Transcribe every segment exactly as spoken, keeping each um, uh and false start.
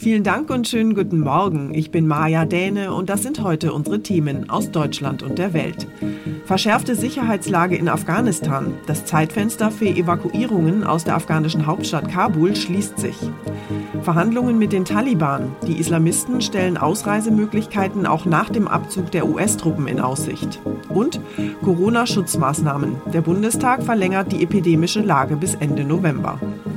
Vielen Dank und schönen guten Morgen. Ich bin Maja Däne und das sind heute unsere Themen aus Deutschland und der Welt. Verschärfte Sicherheitslage in Afghanistan. Das Zeitfenster für Evakuierungen aus der afghanischen Hauptstadt Kabul schließt sich. Verhandlungen mit den Taliban. Die Islamisten stellen Ausreisemöglichkeiten auch nach dem Abzug der U S-Truppen in Aussicht. Und Corona-Schutzmaßnahmen. Der Bundestag verlängert die epidemische Lage bis Ende November.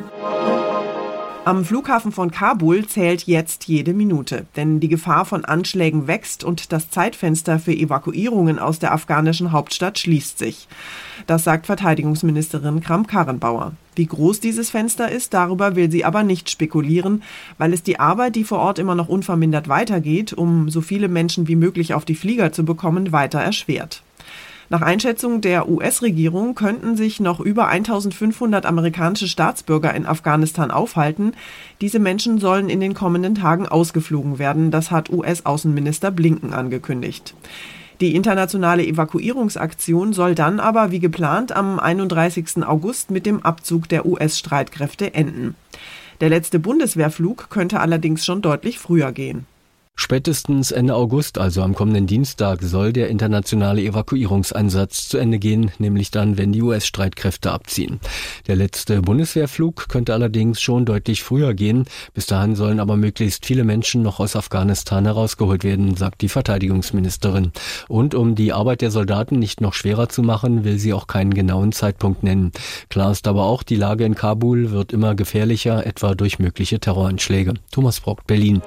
Am Flughafen von Kabul zählt jetzt jede Minute, denn die Gefahr von Anschlägen wächst und das Zeitfenster für Evakuierungen aus der afghanischen Hauptstadt schließt sich. Das sagt Verteidigungsministerin Kramp-Karrenbauer. Wie groß dieses Fenster ist, darüber will sie aber nicht spekulieren, weil es die Arbeit, die vor Ort immer noch unvermindert weitergeht, um so viele Menschen wie möglich auf die Flieger zu bekommen, weiter erschwert. Nach Einschätzung der U S-Regierung könnten sich noch über eintausendfünfhundert amerikanische Staatsbürger in Afghanistan aufhalten. Diese Menschen sollen in den kommenden Tagen ausgeflogen werden, das hat U S-Außenminister Blinken angekündigt. Die internationale Evakuierungsaktion soll dann aber wie geplant am einunddreißigsten August mit dem Abzug der U S-Streitkräfte enden. Der letzte Bundeswehrflug könnte allerdings schon deutlich früher gehen. Spätestens Ende August, also am kommenden Dienstag, soll der internationale Evakuierungseinsatz zu Ende gehen, nämlich dann, wenn die U S-Streitkräfte abziehen. Der letzte Bundeswehrflug könnte allerdings schon deutlich früher gehen. Bis dahin sollen aber möglichst viele Menschen noch aus Afghanistan herausgeholt werden, sagt die Verteidigungsministerin. Und um die Arbeit der Soldaten nicht noch schwerer zu machen, will sie auch keinen genauen Zeitpunkt nennen. Klar ist aber auch, die Lage in Kabul wird immer gefährlicher, etwa durch mögliche Terroranschläge. Thomas Brock, Berlin.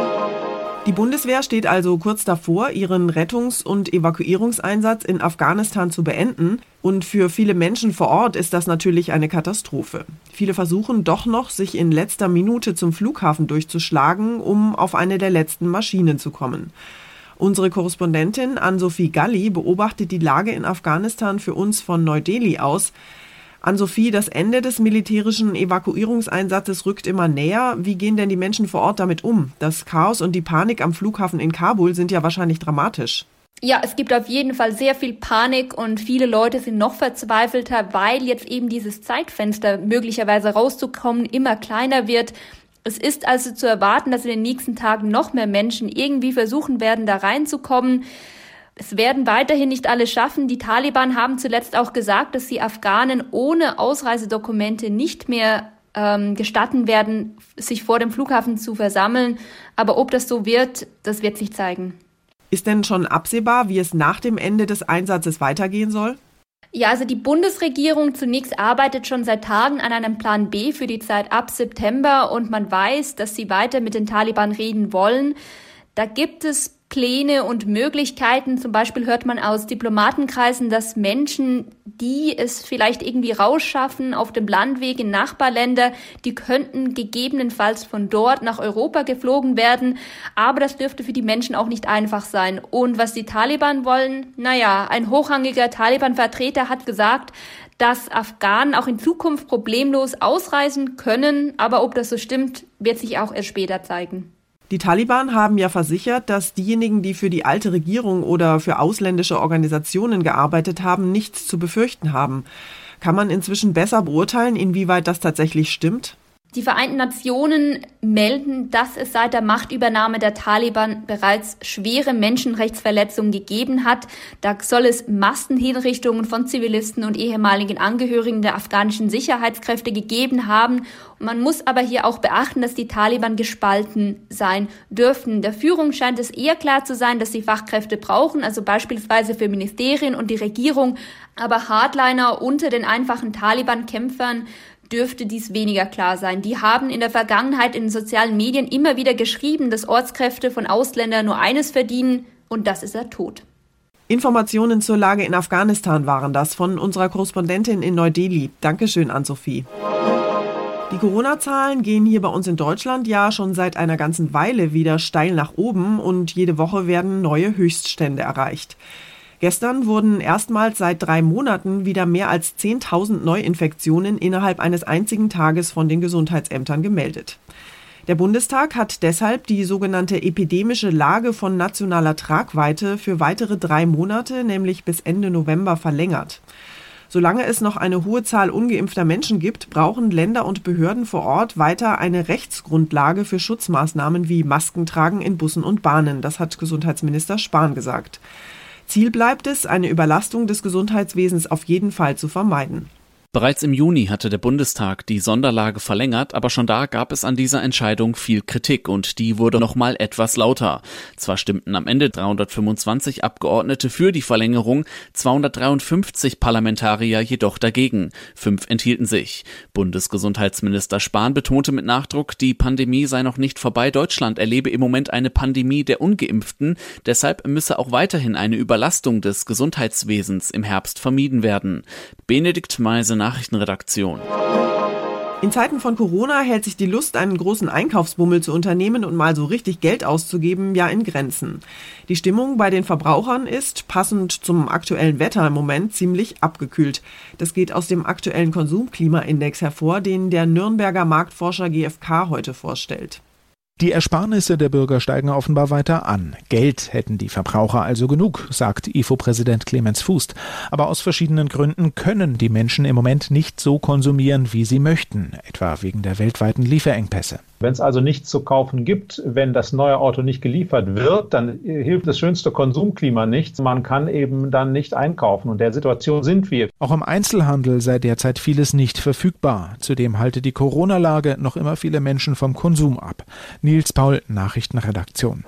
Die Bundeswehr steht also kurz davor, ihren Rettungs- und Evakuierungseinsatz in Afghanistan zu beenden. Und für viele Menschen vor Ort ist das natürlich eine Katastrophe. Viele versuchen doch noch, sich in letzter Minute zum Flughafen durchzuschlagen, um auf eine der letzten Maschinen zu kommen. Unsere Korrespondentin Ann-Sophie Galli beobachtet die Lage in Afghanistan für uns von Neu-Delhi aus. Ann-Sophie, das Ende des militärischen Evakuierungseinsatzes rückt immer näher. Wie gehen denn die Menschen vor Ort damit um? Das Chaos und die Panik am Flughafen in Kabul sind ja wahrscheinlich dramatisch. Ja, es gibt auf jeden Fall sehr viel Panik und viele Leute sind noch verzweifelter, weil jetzt eben dieses Zeitfenster möglicherweise rauszukommen immer kleiner wird. Es ist also zu erwarten, dass in den nächsten Tagen noch mehr Menschen irgendwie versuchen werden, da reinzukommen. Es werden weiterhin nicht alle schaffen. Die Taliban haben zuletzt auch gesagt, dass sie Afghanen ohne Ausreisedokumente nicht mehr ähm, gestatten werden, sich vor dem Flughafen zu versammeln. Aber ob das so wird, das wird sich zeigen. Ist denn schon absehbar, wie es nach dem Ende des Einsatzes weitergehen soll? Ja, also die Bundesregierung zunächst arbeitet schon seit Tagen an einem Plan B für die Zeit ab September und man weiß, dass sie weiter mit den Taliban reden wollen. Da gibt es Pläne und Möglichkeiten. Zum Beispiel hört man aus Diplomatenkreisen, dass Menschen, die es vielleicht irgendwie rausschaffen auf dem Landweg in Nachbarländer, die könnten gegebenenfalls von dort nach Europa geflogen werden. Aber das dürfte für die Menschen auch nicht einfach sein. Und was die Taliban wollen? Naja, ein hochrangiger Taliban-Vertreter hat gesagt, dass Afghanen auch in Zukunft problemlos ausreisen können. Aber ob das so stimmt, wird sich auch erst später zeigen. Die Taliban haben ja versichert, dass diejenigen, die für die alte Regierung oder für ausländische Organisationen gearbeitet haben, nichts zu befürchten haben. Kann man inzwischen besser beurteilen, inwieweit das tatsächlich stimmt? Die Vereinten Nationen melden, dass es seit der Machtübernahme der Taliban bereits schwere Menschenrechtsverletzungen gegeben hat. Da soll es Massenhinrichtungen von Zivilisten und ehemaligen Angehörigen der afghanischen Sicherheitskräfte gegeben haben. Und man muss aber hier auch beachten, dass die Taliban gespalten sein dürfen. Der Führung scheint es eher klar zu sein, dass sie Fachkräfte brauchen, also beispielsweise für Ministerien und die Regierung. Aber Hardliner unter den einfachen Taliban-Kämpfern dürfte dies weniger klar sein. Die haben in der Vergangenheit in den sozialen Medien immer wieder geschrieben, dass Ortskräfte von Ausländern nur eines verdienen, und das ist der Tod. Informationen zur Lage in Afghanistan waren das von unserer Korrespondentin in Neu-Delhi. Dankeschön, Ann-Sophie. Die Corona-Zahlen gehen hier bei uns in Deutschland ja schon seit einer ganzen Weile wieder steil nach oben und jede Woche werden neue Höchststände erreicht. Gestern wurden erstmals seit drei Monaten wieder mehr als zehntausend Neuinfektionen innerhalb eines einzigen Tages von den Gesundheitsämtern gemeldet. Der Bundestag hat deshalb die sogenannte epidemische Lage von nationaler Tragweite für weitere drei Monate, nämlich bis Ende November, verlängert. Solange es noch eine hohe Zahl ungeimpfter Menschen gibt, brauchen Länder und Behörden vor Ort weiter eine Rechtsgrundlage für Schutzmaßnahmen wie Maskentragen in Bussen und Bahnen. Das hat Gesundheitsminister Spahn gesagt. Ziel bleibt es, eine Überlastung des Gesundheitswesens auf jeden Fall zu vermeiden. Bereits im Juni hatte der Bundestag die Sonderlage verlängert, aber schon da gab es an dieser Entscheidung viel Kritik und die wurde noch mal etwas lauter. Zwar stimmten am Ende dreihundertfünfundzwanzig Abgeordnete für die Verlängerung, zweihundertdreiundfünfzig Parlamentarier jedoch dagegen. Fünf enthielten sich. Bundesgesundheitsminister Spahn betonte mit Nachdruck, die Pandemie sei noch nicht vorbei. Deutschland erlebe im Moment eine Pandemie der Ungeimpften. Deshalb müsse auch weiterhin eine Überlastung des Gesundheitswesens im Herbst vermieden werden. Benedikt Meise, Nachrichtenredaktion. In Zeiten von Corona hält sich die Lust, einen großen Einkaufsbummel zu unternehmen und mal so richtig Geld auszugeben, ja in Grenzen. Die Stimmung bei den Verbrauchern ist, passend zum aktuellen Wetter im Moment, ziemlich abgekühlt. Das geht aus dem aktuellen Konsumklimaindex hervor, den der Nürnberger Marktforscher G F K heute vorstellt. Die Ersparnisse der Bürger steigen offenbar weiter an. Geld hätten die Verbraucher also genug, sagt I F O-Präsident Clemens Fuß. Aber aus verschiedenen Gründen können die Menschen im Moment nicht so konsumieren, wie sie möchten, etwa wegen der weltweiten Lieferengpässe. Wenn es also nichts zu kaufen gibt, wenn das neue Auto nicht geliefert wird, dann hilft das schönste Konsumklima nichts. Man kann eben dann nicht einkaufen und der Situation sind wir. Auch im Einzelhandel sei derzeit vieles nicht verfügbar. Zudem halte die Corona-Lage noch immer viele Menschen vom Konsum ab. Nils Paul, Nachrichtenredaktion.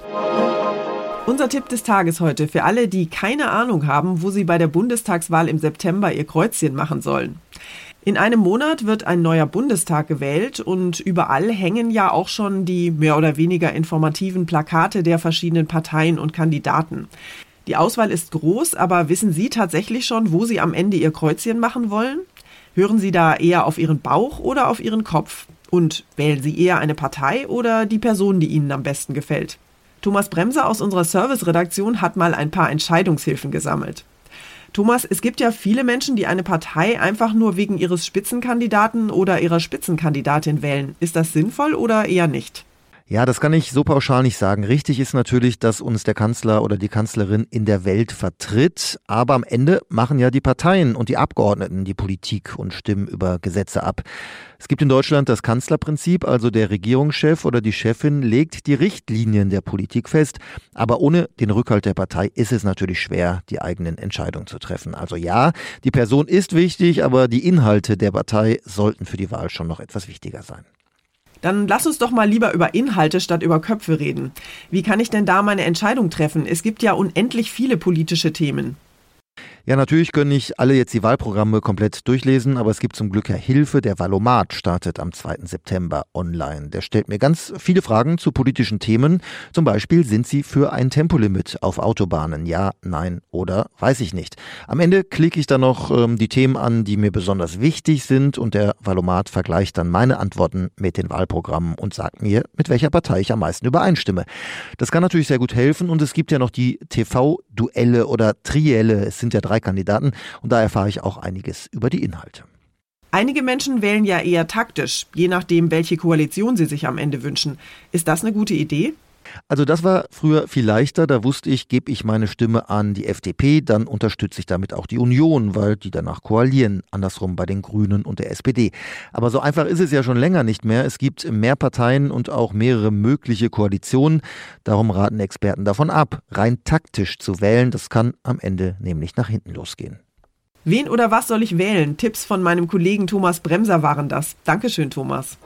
Unser Tipp des Tages heute für alle, die keine Ahnung haben, wo sie bei der Bundestagswahl im September ihr Kreuzchen machen sollen. In einem Monat wird ein neuer Bundestag gewählt und überall hängen ja auch schon die mehr oder weniger informativen Plakate der verschiedenen Parteien und Kandidaten. Die Auswahl ist groß, aber wissen Sie tatsächlich schon, wo Sie am Ende Ihr Kreuzchen machen wollen? Hören Sie da eher auf Ihren Bauch oder auf Ihren Kopf? Und wählen Sie eher eine Partei oder die Person, die Ihnen am besten gefällt? Thomas Bremser aus unserer Serviceredaktion hat mal ein paar Entscheidungshilfen gesammelt. Thomas, es gibt ja viele Menschen, die eine Partei einfach nur wegen ihres Spitzenkandidaten oder ihrer Spitzenkandidatin wählen. Ist das sinnvoll oder eher nicht? Ja, das kann ich so pauschal nicht sagen. Richtig ist natürlich, dass uns der Kanzler oder die Kanzlerin in der Welt vertritt. Aber am Ende machen ja die Parteien und die Abgeordneten die Politik und stimmen über Gesetze ab. Es gibt in Deutschland das Kanzlerprinzip, also der Regierungschef oder die Chefin legt die Richtlinien der Politik fest. Aber ohne den Rückhalt der Partei ist es natürlich schwer, die eigenen Entscheidungen zu treffen. Also ja, die Person ist wichtig, aber die Inhalte der Partei sollten für die Wahl schon noch etwas wichtiger sein. Dann lass uns doch mal lieber über Inhalte statt über Köpfe reden. Wie kann ich denn da meine Entscheidung treffen? Es gibt ja unendlich viele politische Themen. Ja, natürlich können nicht alle jetzt die Wahlprogramme komplett durchlesen, aber es gibt zum Glück ja Hilfe. Der Wahlomat startet am zweiten September online. Der stellt mir ganz viele Fragen zu politischen Themen. Zum Beispiel, sind Sie für ein Tempolimit auf Autobahnen? Ja, nein oder weiß ich nicht. Am Ende klicke ich dann noch ähm, die Themen an, die mir besonders wichtig sind und der Wahlomat vergleicht dann meine Antworten mit den Wahlprogrammen und sagt mir, mit welcher Partei ich am meisten übereinstimme. Das kann natürlich sehr gut helfen und es gibt ja noch die T V-Duelle oder Trielle. Es sind ja drei Kandidaten und da erfahre ich auch einiges über die Inhalte. Einige Menschen wählen ja eher taktisch, je nachdem, welche Koalition sie sich am Ende wünschen. Ist das eine gute Idee? Also das war früher viel leichter, da wusste ich, gebe ich meine Stimme an die F D P, dann unterstütze ich damit auch die Union, weil die danach koalieren, andersrum bei den Grünen und der S P D. Aber so einfach ist es ja schon länger nicht mehr. Es gibt mehr Parteien und auch mehrere mögliche Koalitionen. Darum raten Experten davon ab, rein taktisch zu wählen. Das kann am Ende nämlich nach hinten losgehen. Wen oder was soll ich wählen? Tipps von meinem Kollegen Thomas Bremser waren das. Dankeschön, Thomas.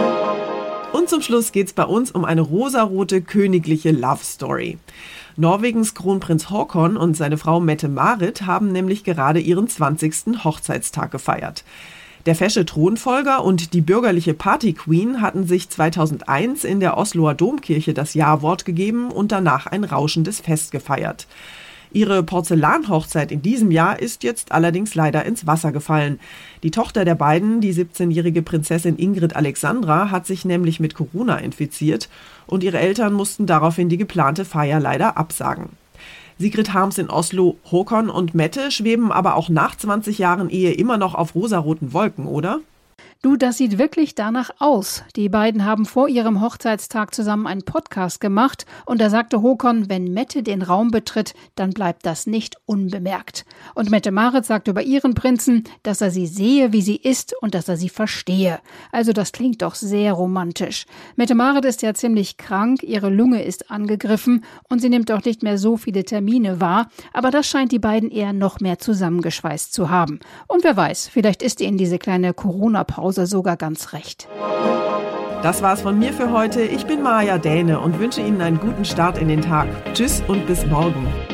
Und zum Schluss geht's bei uns um eine rosarote königliche Love Story. Norwegens Kronprinz Haakon und seine Frau Mette-Marit haben nämlich gerade ihren zwanzigsten Hochzeitstag gefeiert. Der fesche Thronfolger und die bürgerliche Party-Queen hatten sich zweitausendeins in der Osloer Domkirche das Ja-Wort gegeben und danach ein rauschendes Fest gefeiert. Ihre Porzellanhochzeit in diesem Jahr ist jetzt allerdings leider ins Wasser gefallen. Die Tochter der beiden, die siebzehnjährige Prinzessin Ingrid Alexandra, hat sich nämlich mit Corona infiziert und ihre Eltern mussten daraufhin die geplante Feier leider absagen. Sigrid Harms in Oslo, Haakon und Mette schweben aber auch nach zwanzig Jahren Ehe immer noch auf rosaroten Wolken, oder? Du, das sieht wirklich danach aus. Die beiden haben vor ihrem Hochzeitstag zusammen einen Podcast gemacht und da sagte Håkon, wenn Mette den Raum betritt, dann bleibt das nicht unbemerkt. Und Mette-Marit sagt über ihren Prinzen, dass er sie sehe, wie sie ist und dass er sie verstehe. Also das klingt doch sehr romantisch. Mette-Marit ist ja ziemlich krank, ihre Lunge ist angegriffen und sie nimmt auch nicht mehr so viele Termine wahr, aber das scheint die beiden eher noch mehr zusammengeschweißt zu haben. Und wer weiß, vielleicht ist ihnen diese kleine Corona-Pause sogar ganz recht. Das war's von mir für heute. Ich bin Maja Däne und wünsche Ihnen einen guten Start in den Tag. Tschüss und bis morgen.